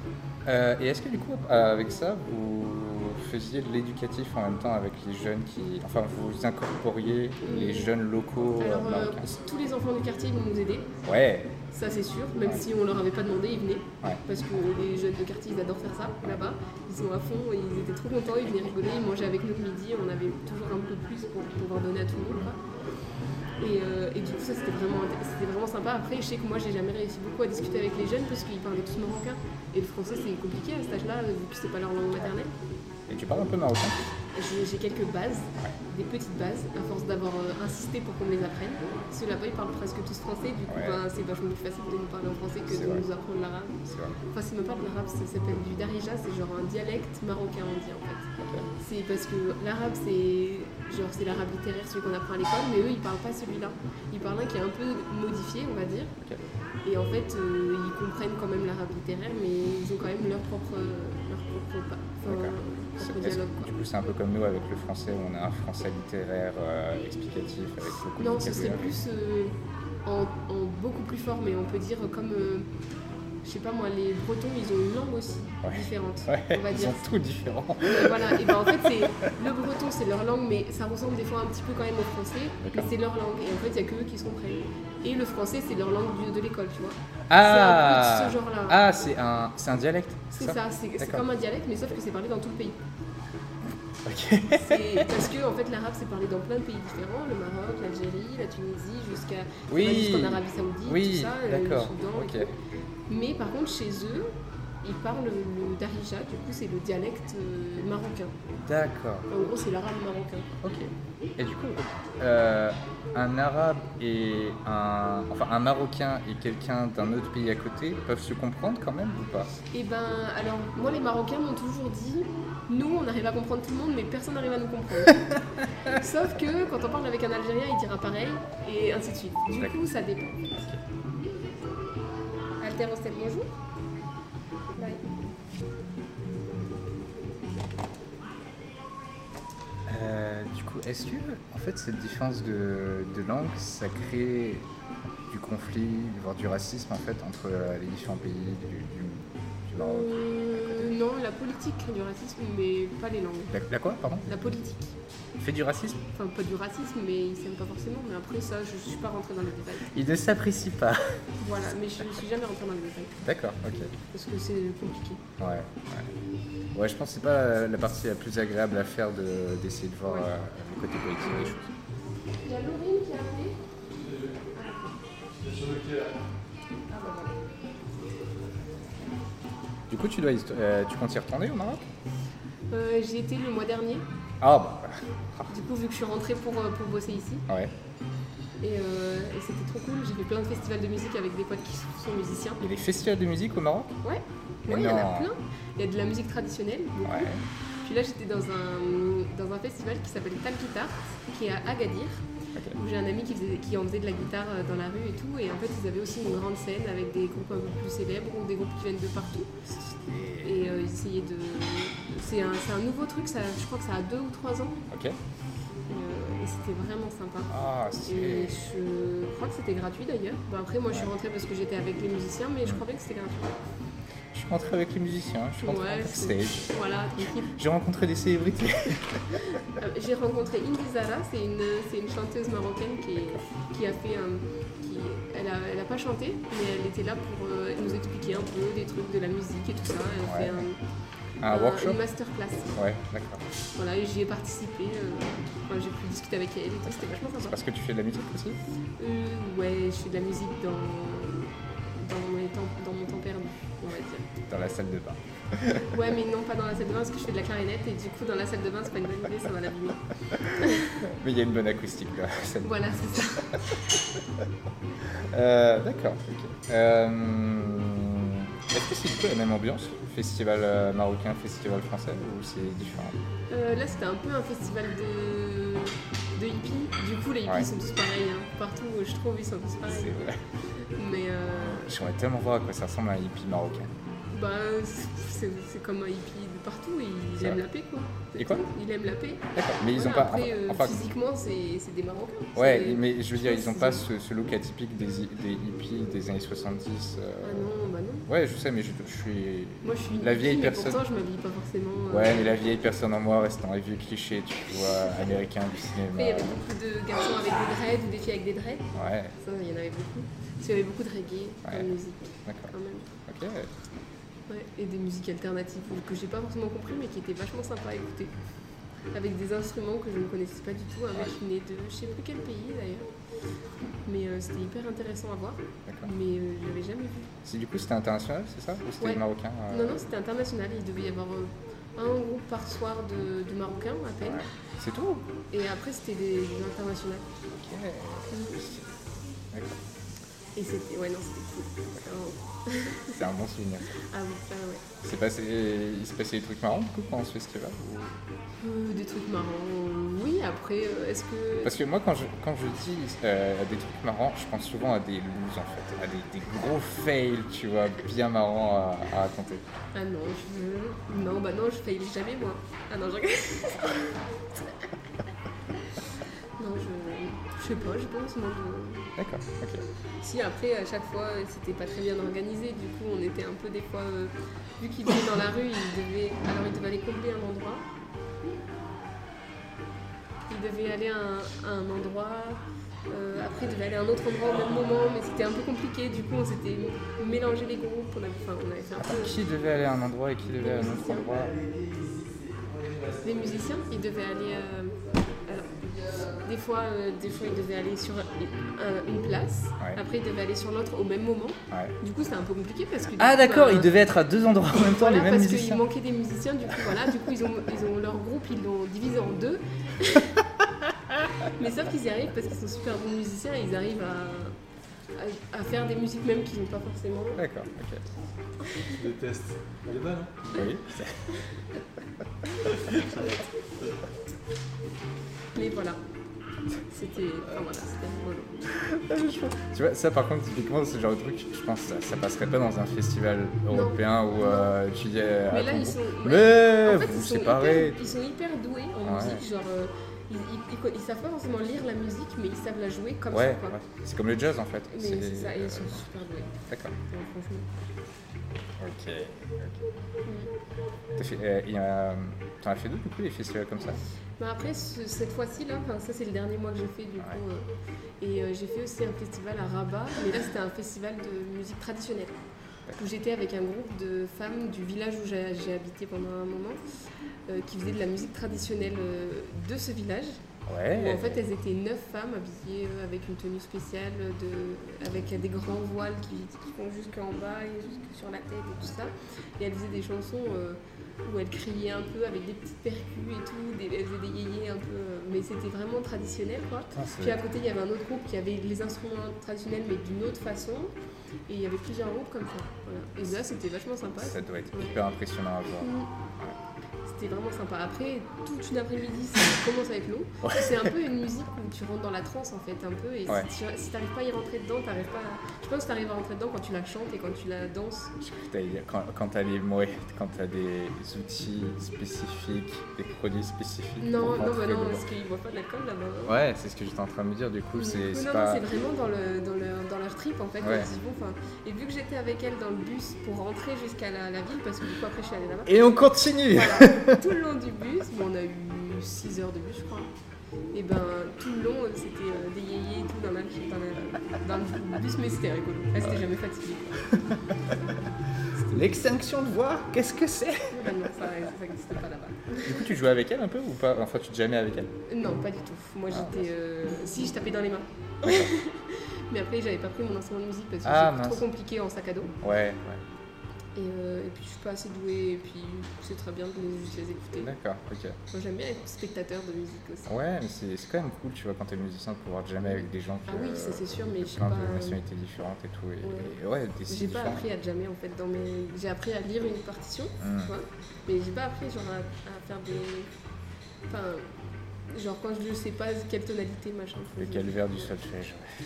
Euh, et est-ce que du coup, euh, avec ça, vous faisiez de l'éducatif en même temps avec les jeunes qui... Enfin, vous incorporiez les jeunes locaux euh, Alors, euh, marocains? tous les enfants du quartier vont nous aider, Ouais, ça c'est sûr, même Ouais. si on leur avait pas demandé, ils venaient. ouais. Parce que les jeunes de quartier, ils adorent faire ça là-bas. Ils sont à fond, ils étaient trop contents, ils venaient rigoler, ils mangeaient avec nous le midi, on avait toujours un peu plus pour pouvoir donner à tout le monde, quoi. Et, euh, et du coup, ça c'était vraiment, c'était vraiment sympa. Après, je sais que moi j'ai jamais réussi beaucoup à discuter avec les jeunes parce qu'ils parlaient tous marocain. Et le français c'est compliqué à cet âge-là, vu que c'est pas leur langue maternelle. Et tu parles un peu marocain? J'ai j'ai quelques bases, des petites bases, à force d'avoir euh, insisté pour qu'on me les apprenne. Parce que là-bas, ils parlent presque tous français, du coup, Ouais. ben, c'est vachement plus facile de nous parler en français que C'est de vrai. nous apprendre l'arabe. C'est vrai. Enfin, c'est même pas de l'arabe, ça s'appelle du darija, c'est genre un dialecte marocain, on dit en fait. Ok. C'est parce que l'arabe, c'est genre c'est l'arabe littéraire, celui qu'on apprend à l'école, mais eux, ils parlent pas celui-là. Ils parlent un qui est un peu modifié, on va dire. Ok. Et en fait, euh, ils comprennent quand même l'arabe littéraire, mais ils ont quand même leur propre, leur propre, pa- enfin, D'accord. propre C'est- est-ce- dialogue, quoi. Du coup, c'est un peu comme nous avec le français, où on a un français littéraire euh, explicatif avec beaucoup Non, de ce serait vocabulaire. plus euh, en, en beaucoup plus fort, mais on peut dire comme, euh, je sais pas moi, les Bretons, ils ont une langue aussi Ouais. différente, Ouais, on va ils dire. sont tous différents. Et voilà, et ben en fait, c'est le breton, c'est leur langue, mais ça ressemble des fois un petit peu quand même au français, mais D'accord. c'est leur langue. Et en fait, il n'y a que eux qui se comprennent. Et le français, c'est leur langue du- de l'école, tu vois. Ah, C'est un peu de ce genre-là. ah c'est un, c'est un dialecte, C'est ça, c'est c'est D'accord. comme un dialecte, mais sauf que c'est parlé dans tout le pays. Ok. C'est- Parce que en fait, l'arabe, c'est parlé dans plein de pays différents, le Maroc, l'Algérie, la Tunisie, jusqu'à Oui. jusqu'en Arabie Saoudite, Oui, tout ça, euh, le d'accord. Soudan. et Ok. tout. Mais par contre, chez eux, ils parlent le darija, du coup c'est le dialecte euh, marocain. D'accord. En gros c'est l'arabe marocain. Ok. Et du coup, euh, un arabe et un, enfin un marocain et quelqu'un d'un autre pays à côté peuvent se comprendre quand même ou pas? Et ben alors moi les Marocains m'ont toujours dit, nous on arrive à comprendre tout le monde mais personne n'arrive à nous comprendre. Sauf que quand on parle avec un Algérien il dira pareil et ainsi de suite. Du D'accord. coup ça dépend. Alter Hostel, bonjour. Bye. Euh, du coup, est-ce que en fait cette différence de, de langue, ça crée du conflit, voire du racisme en fait entre euh, les différents pays du, du, du Maroc? Euh, non, la politique crée du racisme mais pas les langues. La, la quoi, pardon? La politique. Fait du racisme? Enfin pas du racisme mais ils s'aiment pas forcément mais après ça je suis pas rentrée dans les détails. Il ne s'apprécie pas. Voilà, mais je suis jamais rentrée dans les détails D'accord, ok. parce que c'est compliqué. Ouais, ouais. Ouais, je pense que c'est pas la, la partie la plus agréable à faire de, d'essayer de voir Ouais. euh, le côté politique des choses. Il y a Laurine qui a appelé. Ah bah voilà. Du coup, tu dois, y- euh, tu comptes y retourner au Maroc? Euh, J'y étais le mois dernier. Ah bah Du coup, vu que je suis rentrée pour, euh, pour bosser ici, ouais. et, euh, et c'était trop cool. J'ai fait plein de festivals de musique avec des potes qui sont musiciens. Il y a des festivals de musique au Maroc? Ouais, Mais ouais, il y en a non. plein. Il y a de la musique traditionnelle, beaucoup. Ouais. Puis là, j'étais dans un, dans un festival qui s'appelle Tal Guitar, qui est à Agadir, Ok. où j'ai un ami qui, faisait, qui en faisait de la guitare euh, dans la rue et tout. Et en fait, ils avaient aussi une grande scène avec des groupes un peu plus célèbres ou des groupes qui viennent de partout. Et euh, ils essayaient de. C'est un, c'est un nouveau truc, ça, je crois que ça a deux ou trois ans. Ok. Et, euh, et c'était vraiment sympa. Ah, Et c'est. je crois que c'était gratuit d'ailleurs. Bon, après, moi je suis rentrée parce que j'étais avec les musiciens, mais je crois bien que c'était gratuit. Je suis rentré avec les musiciens, je suis rentré Ouais, en c'est- backstage. Voilà, tranquille. J'ai rencontré des célébrités. Euh, J'ai rencontré Indy Zara, c'est une, c'est une chanteuse marocaine qui, est- qui a fait un. Qui, elle, a, elle a pas chanté, mais elle était là pour euh, nous expliquer un peu des trucs de la musique et tout ça. Elle a Ouais. fait un, Un un- workshop? une masterclass. Ouais, d'accord. Voilà, et j'y ai participé. euh, enfin, j'ai pu discuter avec elle et tout, c'était vachement C'est sympa. parce que tu fais de la musique aussi? Euh, ouais, je fais de la musique dans, dans, mes temps, dans mon temps perdu, on va dire. Dans la salle de bain. Ouais, mais non, pas dans la salle de bain parce que je fais de la clarinette et du coup, dans la salle de bain, c'est pas une bonne idée, ça va l'abîmer. Mais il y a une bonne acoustique là. la salle de bain. Voilà, c'est ça. Euh, d'accord, ok. Euh, Est-ce que c'est du coup la même ambiance? Festival euh, marocain, festival français, ou c'est différent? Euh, là, c'était un peu un festival de, de hippies. Du coup, les hippies Ouais. sont tous pareils. hein. Partout où je trouve, ils sont tous C'est pareils. vrai. Mais euh, J'aimerais tellement voir à quoi ça ressemble un hippie marocain. bah, c'est c'est comme un hippie de partout. Il C'est aime vrai. la paix, quoi. Et quoi? Il aime la paix. D'accord, mais ils Voilà, ont pas. Après, euh, enfin, physiquement, c'est c'est des Marocains. ouais, C'est- mais je veux dire, ils ont c'est- pas ce, ce look atypique des, hi- des hippies des années soixante-dix. euh. Ah non, bah non. Ouais, je sais, mais je, je suis. Moi, je suis une La hippie, vieille mais personne. pourtant, je m'habille pas forcément. euh, Ouais, mais la vieille personne en moi reste dans les vieux clichés, tu vois, américains du Après, il y cinéma. avait beaucoup de garçons avec des dreads ou des filles avec des dreads. Ouais, Ça, il y en avait beaucoup. Parce qu'il y avait beaucoup de reggae dans Ouais. la musique, d'accord. quand même. Ok. Ouais, et des musiques alternatives que j'ai pas forcément compris mais qui étaient vachement sympas à écouter. Avec des instruments que je ne connaissais pas du tout, un mec qui venait de je sais plus quel pays d'ailleurs. Mais euh, c'était hyper intéressant à voir, D'accord. mais euh, je l'avais jamais vu. C'est du coup c'était international, c'est ça? Ou c'était Ouais. marocain? euh, Non, non, c'était international, il devait y avoir euh, un groupe par soir de, de Marocains à peine, Ouais. C'est tout? et après c'était des, des internationales. Ok. D'accord. Et c'était, ouais, non, c'était cool. Vraiment. C'est un bon souvenir. Ah oui, ça, ouais. C'est passé... Il s'est passé des trucs marrants du coup pendant ce festival ou... Euh, des trucs marrants, oui, après, euh, est-ce que. Parce que moi quand je, quand je dis euh, des trucs marrants, je pense souvent à des looses en fait, à des, des gros fails, tu vois, bien marrants à, à raconter. Ah non, je... non, bah non, je faille jamais moi. Ah non, je rigole. Non, je... je sais pas, je pense. Moi, je... D'accord, ok. Si après, à chaque fois, c'était pas très bien organisé. Du coup, on était un peu des fois... euh, vu qu'ils venaient dans la rue, ils devaient... Alors, ils devaient aller combler un endroit. Ils devaient aller à un, à un endroit... euh, après, ils devaient aller à un autre endroit au même moment, mais c'était un peu compliqué. Du coup, on s'était mélangé les groupes. On avait, enfin, on avait fait un Attends, peu... qui devait aller à un endroit et qui devait aller à un autre endroit? Les musiciens, ils devaient aller... euh, Alors, des fois, euh, des fois, il devait aller sur un- une place, Ouais. après il devait aller sur l'autre au même moment. Ouais. Du coup, c'était un peu compliqué parce que. du Ah coup, d'accord, bah, ils devaient être à deux endroits en même temps, Voilà, les mêmes parce musiciens. qu'il manquait des musiciens, du coup, voilà, du coup, ils ont, ils ont leur groupe, ils l'ont divisé en deux. Mais sauf qu'ils y arrivent parce qu'ils sont super bons musiciens et ils arrivent à, à, à faire des musiques même qu'ils n'ont pas forcément. D'accord, ok. Je déteste. Elle est bonne, hein Oui. Mais voilà. C'était. Enfin voilà, c'était rigolo. Tu vois, ça par contre, typiquement, c'est le genre de truc, je pense que ça, ça passerait pas dans un festival européen où euh, tu dis. euh, Mais là, attends, ils sont. Mais En fait, vous ils vous sont séparez. hyper- Ils sont hyper doués en Ouais. musique, genre. euh, Ils, ils, ils co- ils savent pas forcément lire la musique, mais ils savent la jouer comme Ouais, ça, quoi. ouais. C'est comme le jazz en fait. Mais c'est ça, et ils sont euh, super doués. D'accord. Donc, franchement. Ok. ok. T'as fait, euh, il y a- T'en as fait d'autres du coup, des festivals comme ça? Bah après, ce- cette fois-ci, là, enfin, ça c'est le dernier mois que j'ai fait, du Ouais. coup. euh, et euh, j'ai fait aussi un festival à Rabat, mais là c'était un festival de musique traditionnelle. Où j'étais avec un groupe de femmes du village où j'ai j'ai habité pendant un moment, euh, qui faisaient de la musique traditionnelle euh, de ce village. Ouais. Où en fait elles étaient neuf femmes habillées euh, avec une tenue spéciale, de, avec des grands voiles qui, qui vont jusqu'en bas et jusque sur la tête et tout ça. Et elles faisaient des chansons euh, où elles criaient un peu avec des petites percus et tout, des, elles faisaient des yéyés un peu, euh, mais c'était vraiment traditionnel quoi. Putain, c'est- Puis à côté il y avait un autre groupe qui avait les instruments traditionnels mais d'une autre façon. Et il y avait plusieurs groupes comme ça. Voilà. Et là c'était vachement sympa. Ça doit être Ouais. hyper impressionnant à voir. Mm. C'était vraiment sympa. Après, toute une après-midi, ça commence avec l'eau. Ouais. C'est un peu une musique où tu rentres dans la transe en fait, un peu. Et Ouais. si tu si t'arrives pas à y rentrer dedans, t'arrives pas. À... Je pense que t'arrives à rentrer dedans quand tu la chantes et quand tu la danses. Je crois que t'as- Quand, quand t'as les ouais, quand t'as des outils spécifiques, des produits spécifiques. Non, pour non, bah rentrer non, dedans. parce qu'ils boivent pas d'alcool là-bas. hein. Ouais, c'est ce que j'étais en train de me dire. Du coup, Du c'est coup, c'est non, pas. non, c'est vraiment dans, le, dans, le, dans leur trip en fait. Ouais. elles y vont, enfin, et vu que j'étais avec elle dans le bus pour rentrer jusqu'à la, la ville, parce que du coup après je suis allée là-bas. Et on continue. Voilà, tout le long du bus, bon, on a eu six heures de bus, je crois. Et ben tout le long, c'était euh, des yéyés et tout dans, la, dans, la- dans le bus, mais c'était rigolo. Elle s'était jamais fatiguée. L'extinction de voix, qu'est-ce que c'est? Ben non, ça ça n'existait pas là-bas. Du coup, tu jouais avec elle un peu ou pas? Enfin, tu te jamais avec elle? Non, pas du tout. Moi Ah, j'étais. euh, Si, je tapais dans les mains. Mais après, j'avais pas pris mon instrument de musique parce que Ah, c'est mince. trop compliqué en sac à dos. Ouais, ouais. Et, euh, et puis je suis pas assez douée, et puis c'est très bien de les, juste les écouter. D'accord, ok. Moi j'aime bien être spectateur de musique aussi. Ouais, mais c'est c'est quand même cool, tu vois, quand t'es musicien, de pouvoir jamais avec des gens qui Ah oui, ça c'est sûr, mais de je sais plein pas. de nationalités différentes et tout. Et Ouais. et ouais, des J'ai styles pas différents. appris à jammer en fait dans mes. J'ai appris à lire une partition, Mm. tu vois, mais j'ai pas appris genre à, à faire des. Enfin, genre quand je sais pas quelle tonalité machin. faut Le que je- calvaire du solfège, ouais.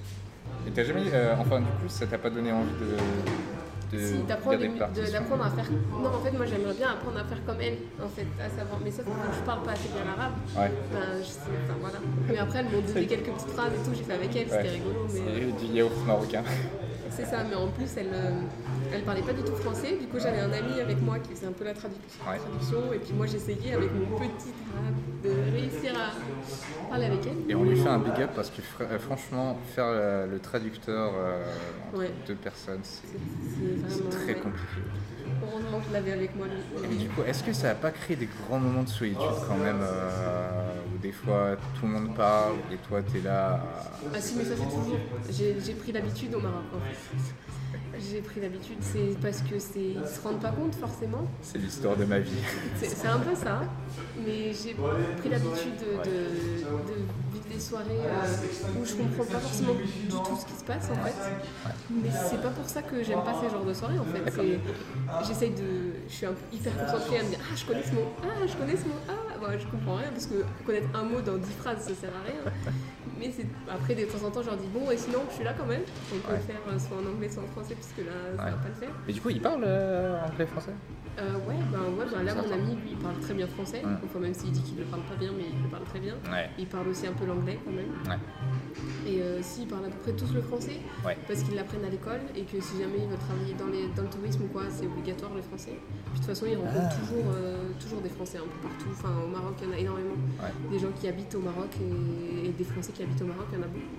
Et t'as jamais. euh, enfin, du coup, ça t'a pas donné envie de. de Si t'apprends lire des des mu- partitions? de- d'apprendre à faire. Non, en fait, moi j'aimerais bien apprendre à faire comme elle, en fait, à savoir. Mais sauf que je parle pas assez bien l'arabe. Ouais. Ben, je sais, enfin voilà. Mais après, elles m'ont donné quelques petites phrases et tout, j'ai fait avec elle, c'était Ouais. rigolo. Mais euh, C'est du yaourt marocain. c'est ça, mais en plus, elle, euh, elle parlait pas du tout français. Du coup, j'avais un ami avec moi qui faisait un peu la tradu- Ouais. traduction. Et puis moi, j'essayais avec mon petit arabe de réussir à parler avec elle. Et on lui fait un big up parce que fr- euh, franchement, faire euh, le traducteur euh, entre Ouais. deux personnes, c'est C'est c'est vraiment. très ouais. compliqué. Heureusement que je l'avais avec moi. lui. Et mais du coup, est-ce que ça n'a pas créé des grands moments de solitude quand même euh, où des fois tout le monde parle et toi t'es là à- Ah si, mais ça c'est toujours. J'ai j'ai pris l'habitude au Maroc en fait. J'ai pris l'habitude, c'est parce que c'est ils se rendent pas compte forcément. C'est l'histoire de ma vie. C'est c'est un peu ça, mais j'ai pris l'habitude de, de, de vivre des soirées euh, où je comprends pas forcément du tout ce qui se passe en fait. Mais c'est pas pour ça que j'aime pas ces genres de soirées en fait. C'est- J'essaye de. Je suis un peu hyper concentrée à me dire ah je connais ce mot, ah je connais ce mot, ah bah, je comprends rien parce que connaître un mot dans dix phrases ça sert à rien. Mais c'est après de temps en temps je leur dis bon et sinon je suis là quand même. On peut Ouais. le faire euh, soit en anglais soit en français puisque là ça Ouais. va pas le faire. Mais du coup, il parle euh, anglais français? Euh, ouais, ben ouais, ben là mon Sympa. ami lui il parle très bien français, Ouais. enfin même s'il dit qu'il ne parle pas bien, mais il le parle très bien. Ouais. Il parle aussi un peu l'anglais quand même. Ouais. Et euh, si, ils parlent à peu près tous le français, Ouais. parce qu'ils l'apprennent à l'école et que si jamais ils veulent travailler dans, les, dans le tourisme ou quoi, c'est obligatoire le français. Puis de toute façon, ils rencontrent toujours, euh, toujours des Français un peu partout. Enfin, au Maroc, il y en a énormément. Ouais. Des gens qui habitent au Maroc et, et des Français qui habitent au Maroc, il y en a beaucoup.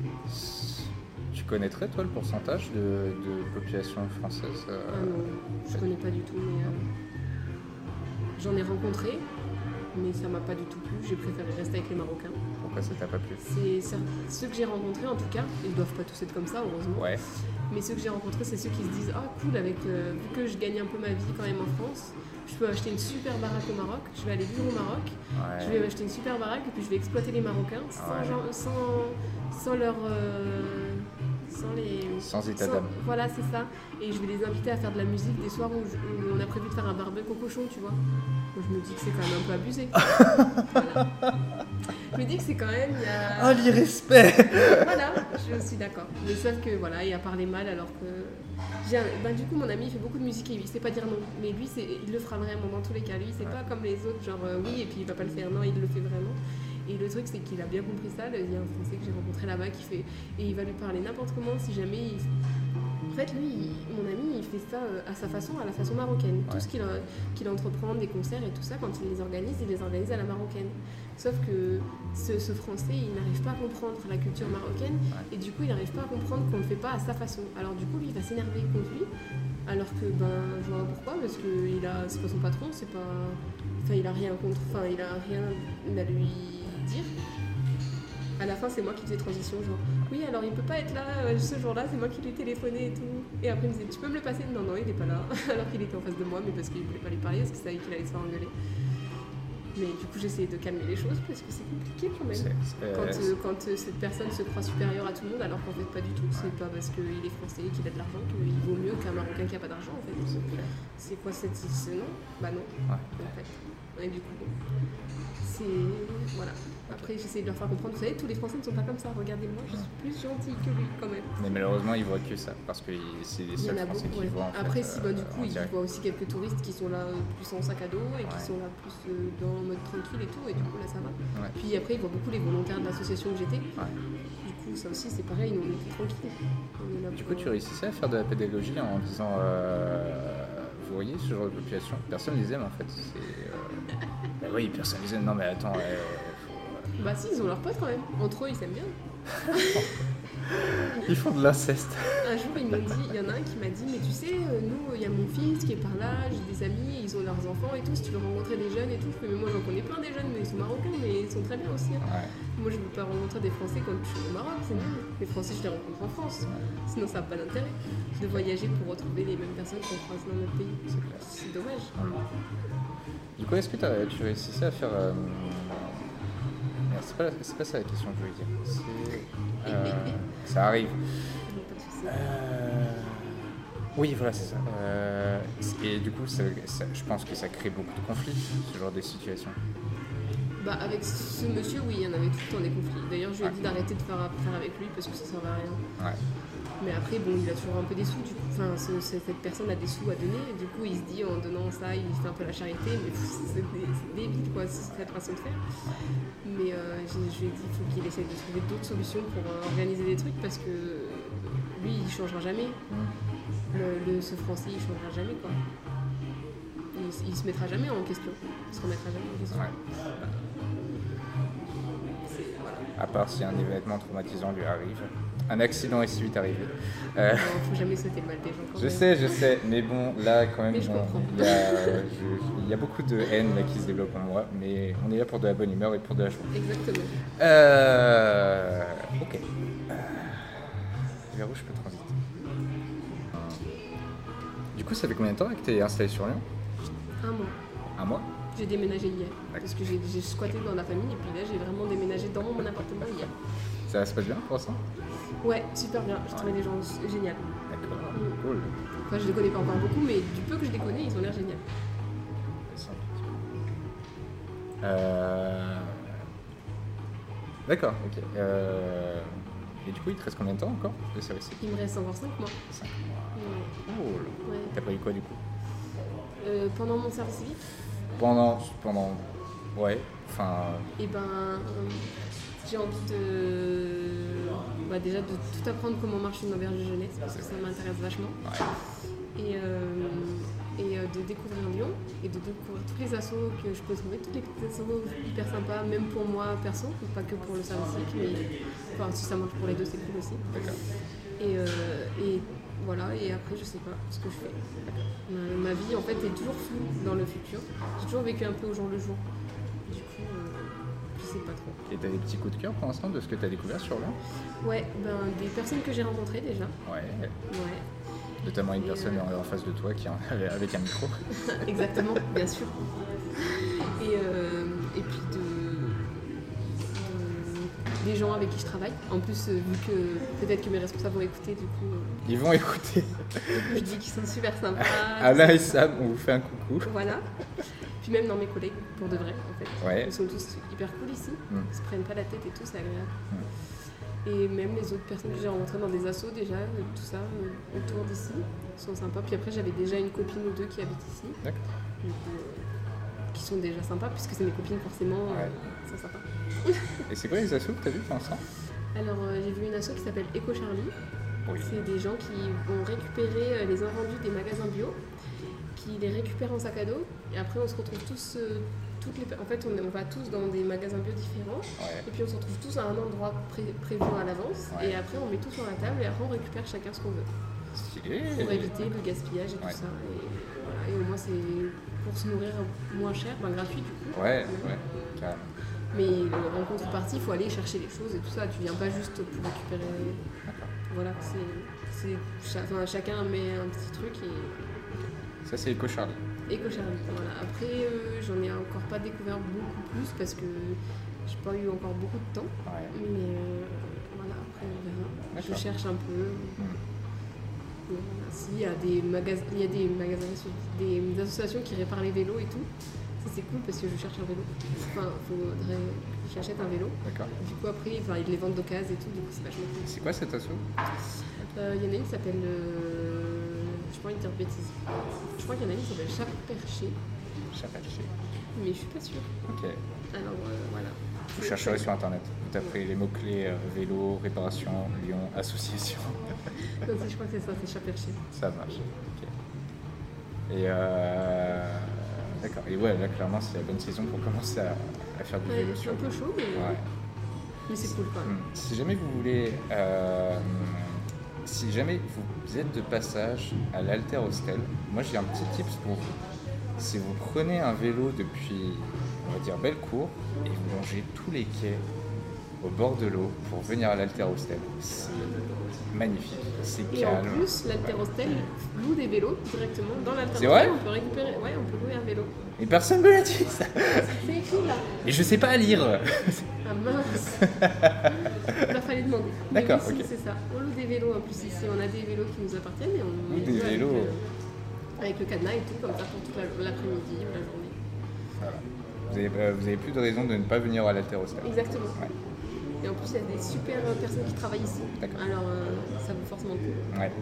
Tu connaîtrais toi le pourcentage de, de population française euh, Ah non, je connais pas du tout, mais euh, j'en ai rencontré. mais ça m'a pas du tout plu. J'ai préféré rester avec les Marocains. Pourquoi ça t'a pas plu? C'est cer- ceux que j'ai rencontrés en tout cas, ils doivent pas tous être comme ça, heureusement. Ouais. Mais ceux que j'ai rencontrés, c'est ceux qui se disent ah cool, avec euh, vu que je gagne un peu ma vie quand même en France, je peux acheter une super baraque au Maroc, je vais aller vivre au Maroc, Ouais. je vais m'acheter une super baraque et puis je vais exploiter les Marocains sans, Ouais. genre- sans, sans leur euh, sans les Sans état sans- d'âme. Voilà, c'est ça. Et je vais les inviter à faire de la musique des soirs où, je- où on a prévu de faire un barbecue au cochon, tu vois. Moi, je me dis que c'est quand même un peu abusé. Voilà. Je me dis que c'est quand même. il Y a... Ah, l'irrespect. Voilà, je suis d'accord. Mais sauf que voilà, il a parlé mal alors que. J'ai un- ben, du coup, mon ami il fait beaucoup de musique et il sait pas dire non. Mais lui, c'est... il le fera vraiment dans tous les cas. Lui, c'est pas comme les autres, genre euh, oui, et puis il va pas le faire. Non, il le fait vraiment. Et le truc, c'est qu'il a bien compris ça. Il y a un Français que j'ai rencontré là-bas qui fait. Et il va lui parler n'importe comment si jamais il. En fait, lui, il- mon ami, il fait ça euh, à sa façon, à la façon marocaine. Tout Ouais. ce qu'il, a- qu'il entreprend, des concerts et tout ça, quand il les organise, il les organise à la marocaine. Sauf que ce, ce Français, il n'arrive pas à comprendre la culture marocaine Ouais. et du coup, il n'arrive pas à comprendre qu'on ne le fait pas à sa façon. Alors du coup, lui, il va s'énerver contre lui, alors que, ben, je vois pourquoi, parce que il a, c'est pas son patron, c'est pas... Enfin, il a rien contre... Enfin, il a rien à lui dire. À la fin, c'est moi qui faisais transition, genre oui, alors il peut pas être là euh, ce jour-là, c'est moi qui lui ai téléphoné et tout. Et après, il me disait tu peux me le passer? Non, non, il est pas là. Alors qu'il était en face de moi, mais parce qu'il voulait pas lui parler, parce qu'il savait qu'il allait se faire engueuler. Mais du coup, j'essayais de calmer les choses parce que c'est compliqué quand même. C'est- c'est- Quand, euh, quand euh, cette personne se croit supérieure à tout le monde, alors qu'en fait, pas du tout. C'est pas parce qu'il est français, qu'il a de l'argent, qu'il vaut mieux qu'un Marocain qui a pas d'argent en fait. c'est clair. C'est quoi cette. c'est- Non? Bah non, Ouais. en fait. Et du coup, bon. C'est. Voilà. Après, j'essaie de leur faire comprendre, vous savez, tous les Français ne sont pas comme ça. Regardez-moi, je suis plus gentille que lui quand même. Mais malheureusement, ils voient que ça, parce que c'est les Il y en seuls a Français beaucoup. qui ouais. voient en fait, Après, si, bah, du euh, coup, en il direct. voit aussi quelques touristes qui sont là euh, plus en sac à dos et qui Ouais. sont là plus euh, dans le mode tranquille et tout, et du coup, là, ça va. Ouais. Puis après, il voit beaucoup les volontaires de l'association que j'étais. Ouais. Du coup, ça aussi, c'est pareil, nous, on est plus tranquille. On est là Du pour- coup, tu réussissais à faire de la pédagogie en disant euh, vous voyez ce genre de population, personne les aime en fait. C'est, euh, bah oui, personne les aime. Non, mais attends, euh, faut- Bah si, ils ont leurs potes quand même. Entre eux, ils s'aiment bien. ils font de l'inceste. Un jour, ils m'ont dit, il y en a un qui m'a dit, mais tu sais, euh, nous, il y a mon fils qui est par là, j'ai des amis, ils ont leurs enfants et tout, si tu veux rencontrer des jeunes et tout, je fais, mais moi j'en connais plein des jeunes, mais ils sont marocains, mais ils sont très bien aussi. hein. Ouais. Moi, je veux pas rencontrer des Français quand je suis au Maroc, c'est nul. Les Français, je les rencontre en France. Sinon, ça n'a pas d'intérêt de voyager pour retrouver les mêmes personnes qu'on croise dans notre pays. C'est clair. C'est dommage. Du coup, est-ce que t'as- tu réussissais à faire. euh, merde, c'est, pas, c'est pas ça la question que je voulais dire. C'est, euh, ça arrive. Donc, pas de soucis. Euh, Oui, voilà, c'est ça. Euh, Et du coup, ça- ça- je pense que ça crée beaucoup de conflits, ce genre de situation. Bah, avec ce monsieur, oui, il y en avait tout le temps des conflits. D'ailleurs, je lui ai Ouais. dit d'arrêter de faire affaire avec lui parce que ça servait à rien. Ouais. Mais après, bon, il a toujours un peu des sous, du coup. Enfin, ce- ce- cette personne a des sous à donner, et du coup, il se dit en donnant ça, il fait un peu la charité, mais pff, c'est dé- c'est débile, quoi, c'est cette façon de faire. Mais euh, je, je lui ai dit qu'il faut qu'il essaye de trouver d'autres solutions pour euh, organiser des trucs parce que lui, il changera jamais. Le, le- ce français, il changera jamais, quoi. Il, il se mettra jamais en question. Il se remettra jamais en question. Ouais. À part si un événement traumatisant lui arrive. Un accident est si vite arrivé. Euh, Non, faut jamais sauter le mal des gens quand je même. sais, je sais, mais bon, là quand même, Mais je bon, comprends. il y, a, je- il y a beaucoup de haine là, qui se développe en moi, mais on est là pour de la bonne humeur et pour de la joie. Exactement. Euh, ok. Euh, vers où je peux transiter? Du coup, ça fait combien de temps que tu es installé sur Lyon? Un mois. Un mois? J'ai déménagé hier. D'accord. Parce que j'ai j'ai squatté dans la famille et puis là j'ai vraiment déménagé dans mon appartement hier. Ça se passe bien pour l'instant? Ouais, super bien. J'ai trouvé des gens géniaux. D'accord, Mm. cool. Enfin, je les connais pas encore beaucoup, mais du peu que je les connais, ils ont l'air géniaux. Euh... D'accord, ok. Euh... Et du coup, il te reste combien de temps encore de service? Il me reste encore cinq mois. cinq mois. Ouais. Cool. Ouais. T'as prévu quoi du coup? Euh, pendant mon service civique, Pendant... pendant... Ouais, enfin... et ben, euh, j'ai envie de. Bah, déjà de tout apprendre comment marche une auberge de jeunesse, parce que ça m'intéresse vachement. Ouais. Et, euh, et euh, de découvrir Lyon et de découvrir tous les assos que je peux trouver, tous les petits assos hyper sympas, même pour moi perso, pas que pour le service civique, mais enfin, si ça marche pour les deux, c'est cool aussi. D'accord. Et, euh, et voilà, et après, je sais pas ce que je fais. Ma, ma vie, en fait, est toujours floue dans le futur. J'ai toujours vécu un peu au jour le jour. Du coup, euh, je sais pas trop. Et t'as des petits coups de cœur pour l'instant de ce que t'as découvert sur là? Ouais, ben des personnes que j'ai rencontrées déjà. Ouais. Ouais, Notamment une Et personne euh, en face de toi qui est avec un micro. exactement, bien sûr. Et, euh, et puis de, de- des gens avec qui je travaille. En plus, euh, vu que peut-être que mes responsables vont écouter, du coup, euh, Ils vont écouter. je dis qu'ils sont super sympas. Alain et Sam, on vous fait un coucou. Voilà. Puis même dans mes collègues, pour de vrai, en fait. Ouais. Ils sont tous hyper cool ici. Mm. Ils se prennent pas la tête et tout, c'est agréable. Et même les autres personnes que j'ai rencontrées dans des assos déjà, euh, tout ça, euh, autour d'ici, sont sympas. Puis après, j'avais déjà une copine ou deux qui habitent ici. D'accord. Du coup, euh, qui sont déjà sympas, puisque c'est mes copines forcément, euh, Ouais. sont sympas. Et c'est quoi les assos que t'as vu pour l'instant? Alors euh, j'ai vu une asso qui s'appelle Eco Charlie. Oui. C'est des gens qui vont récupérer euh, les invendus des magasins bio, qui les récupèrent en sac à dos, et après on se retrouve tous, euh, toutes les, en fait on, on va tous dans des magasins bio différents, Ouais. et puis on se retrouve tous à un endroit pré- prévu à l'avance, Ouais. et après on met tout sur la table, et après on récupère chacun ce qu'on veut, Stylé. pour éviter le gaspillage et tout Ouais. ça. Et, voilà. Et au moins c'est pour se nourrir moins cher, ben, gratuit du coup. Ouais, ouais, carrément. Mais euh, en contrepartie, il faut aller chercher les choses et tout ça. Tu viens pas juste pour récupérer. D'accord. Voilà, c'est, c'est cha- enfin, chacun met un petit truc et Ça, c'est Eco Charlie. éco Charlie. Voilà. Après, euh, j'en ai encore pas découvert beaucoup plus parce que j'ai pas eu encore beaucoup de temps. Ouais. Mais euh, voilà, après on verra. Je D'accord. cherche un peu. Mm. Voilà. S'il y a des magasins, il y a des magasins, des, des associations qui réparent les vélos et tout. Ça c'est cool parce que je cherche un vélo. Enfin, faudrait que j'achète un vélo. D'accord. Du coup après, enfin, ils les vendent d'occasion et tout, du coup c'est vachement cool. C'est quoi cet asso? Euh, Il y en a une qui s'appelle, euh, je peux pas dire de bêtises. Je crois qu'il y en a une qui s'appelle Chape Perché, Chapaché. mais je suis pas sûre. Ok. Alors euh, voilà. Vous chercherez sur internet. Vous taperez les mots-clés euh, vélo, réparation, Lyon, association. Non, c'est- je crois que c'est ça, c'est Chape Perché. Ça marche. Ok. Et euh... D'accord. Et ouais, là, clairement, c'est la bonne saison pour commencer à, à faire du Ouais, vélo c'est sur un peu chaud, mais, Ouais. mais c'est cool quand même. Hmm. Si jamais vous voulez, euh, si jamais vous êtes de passage à l'Alter Hostel, moi j'ai un petit tips pour vous. Si vous prenez un vélo depuis, on va dire, Bellecour et vous longez tous les quais au bord de l'eau pour venir à l'Alter Hostel, c'est magnifique, c'est Et en calme. plus, l'Alterostel loue des vélos directement dans l'Alterostel. C'est vrai On peut récupérer, ouais, on peut louer un vélo. Et personne me l'a dit ça. C'est écrit là. Et je sais pas lire. Ah mince. Il a fallu demander. Mais D'accord, oui, si, ok. c'est ça. On loue des vélos en plus ici. On a des vélos qui nous appartiennent et on Ou les des loue avec, vélos. euh, avec le cadenas et tout, comme ça pour toute la- l'après-midi ou la journée. Voilà. Vous avez, euh, vous avez plus de raison de ne pas venir à l'Alter Hostel. Exactement. Ouais. Et en plus, il y a des super euh, personnes qui travaillent ici. D'accord. Alors, euh, ça vaut forcément le coup. Ouais.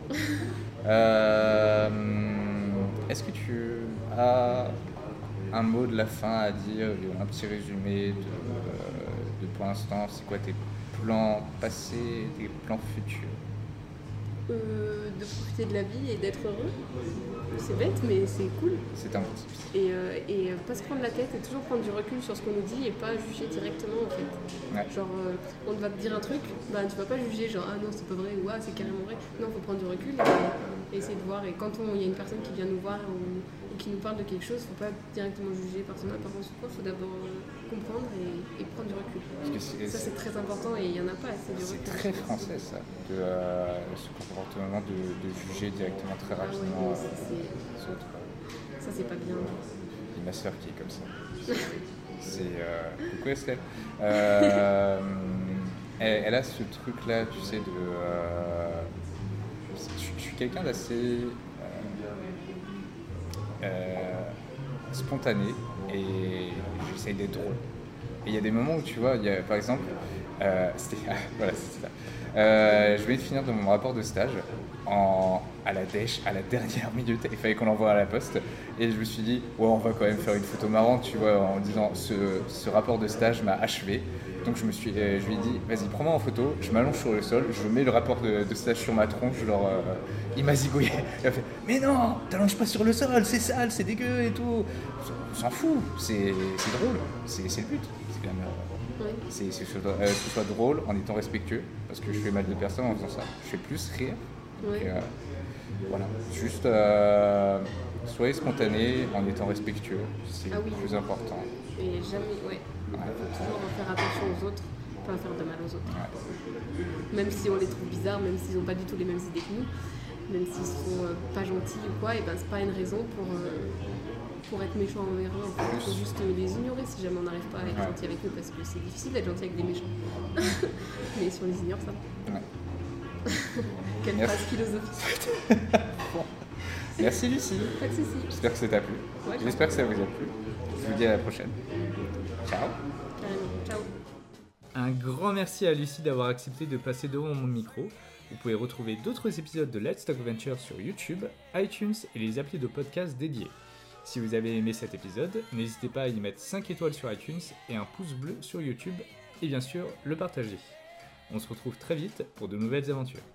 Euh, Est-ce que tu as un mot de la fin à dire, un petit résumé de, euh, de pour l'instant, c'est quoi tes plans passés, tes plans futurs? Euh, de profiter de la vie et d'être heureux. C'est bête, mais c'est cool. C'est un petit tips. Et, euh, et euh, pas se prendre la tête et toujours prendre du recul sur ce qu'on nous dit et pas juger directement en fait. Ouais. Genre, euh, on va te dire un truc, bah tu vas pas juger genre ah non c'est pas vrai ou ah c'est carrément vrai. Non, faut prendre du recul et, et essayer de voir. Et quand on- il y a une personne qui vient nous voir ou, ou qui nous parle de quelque chose, faut pas directement juger par son apparence ou quoi, faut d'abord euh, comprendre et, et prendre du recul. Parce que c'est- Ça c'est très important et il y en a pas assez du C'est recul. très français ça, de, euh, ce comportement de, de juger directement très Ah ouais, rapidement mais ça, euh, c'est- les autres. ça c'est pas bien. Et ma soeur qui est comme ça. C'est. Euh... Coucou Estelle. Euh, elle, elle a ce truc là, tu sais, de. Euh... Je, je suis quelqu'un d'assez. Euh... Euh... spontané et j'essaye d'être drôle. Et il y a des moments où tu vois, il y a, par exemple, euh, c'était, ah, voilà, c'est ça. Euh, je venais de finir de mon rapport de stage en, à la dèche, à la dernière minute. Il fallait qu'on l'envoie à la poste. Et je me suis dit, ouais, on va quand même faire une photo marrante, tu vois, en disant, ce, ce rapport de stage m'a achevé. Donc je me suis, euh, je lui ai dit, vas-y, prends-moi en photo. Je m'allonge sur le sol, je mets le rapport de, de stage sur ma tronche. Genre, euh, il m'a zigouillé. Il a fait, mais non, t'allonges pas sur le sol, c'est sale, c'est dégueu et tout. On s'en fout, c'est, c'est drôle, c'est, c'est le but. C'est quand même, euh, Ouais. c'est, c'est que ce soit, euh, ce soit drôle en étant respectueux, parce que je fais mal de personnes en faisant ça. Je fais plus rire. Donc, Ouais. euh, voilà, juste euh, soyez spontané en étant respectueux, c'est Ah oui. le plus important. Et jamais, ouais, il Ouais. faut toujours faire attention aux autres, pas faire de mal aux autres. Ouais. Même si on les trouve bizarres, même s'ils n'ont pas du tout les mêmes idées que nous, même s'ils sont euh, pas gentils ou quoi, et ben c'est pas une raison pour, euh, pour être méchant envers eux. En fait. Il faut juste les ignorer si jamais on n'arrive pas à être Ouais. gentil avec eux, parce que c'est difficile d'être gentil avec des méchants. Mais si on les ignore, ça va. Ouais. Quelle Merci. phrase philosophique. Merci Lucie, Pas de soucis. j'espère que ça t'a plu. Ouais, J'espère que ça vous a plu. Je vous dis à la prochaine. Ciao. carrément. Ciao. Un grand merci à Lucie d'avoir accepté de passer devant mon micro. Vous pouvez retrouver d'autres épisodes de Let's Talk Venture sur YouTube, iTunes et les applis de podcast dédiés. Si vous avez aimé cet épisode, n'hésitez pas à y mettre cinq étoiles sur iTunes et un pouce bleu sur YouTube et bien sûr le partager. On se retrouve très vite pour de nouvelles aventures.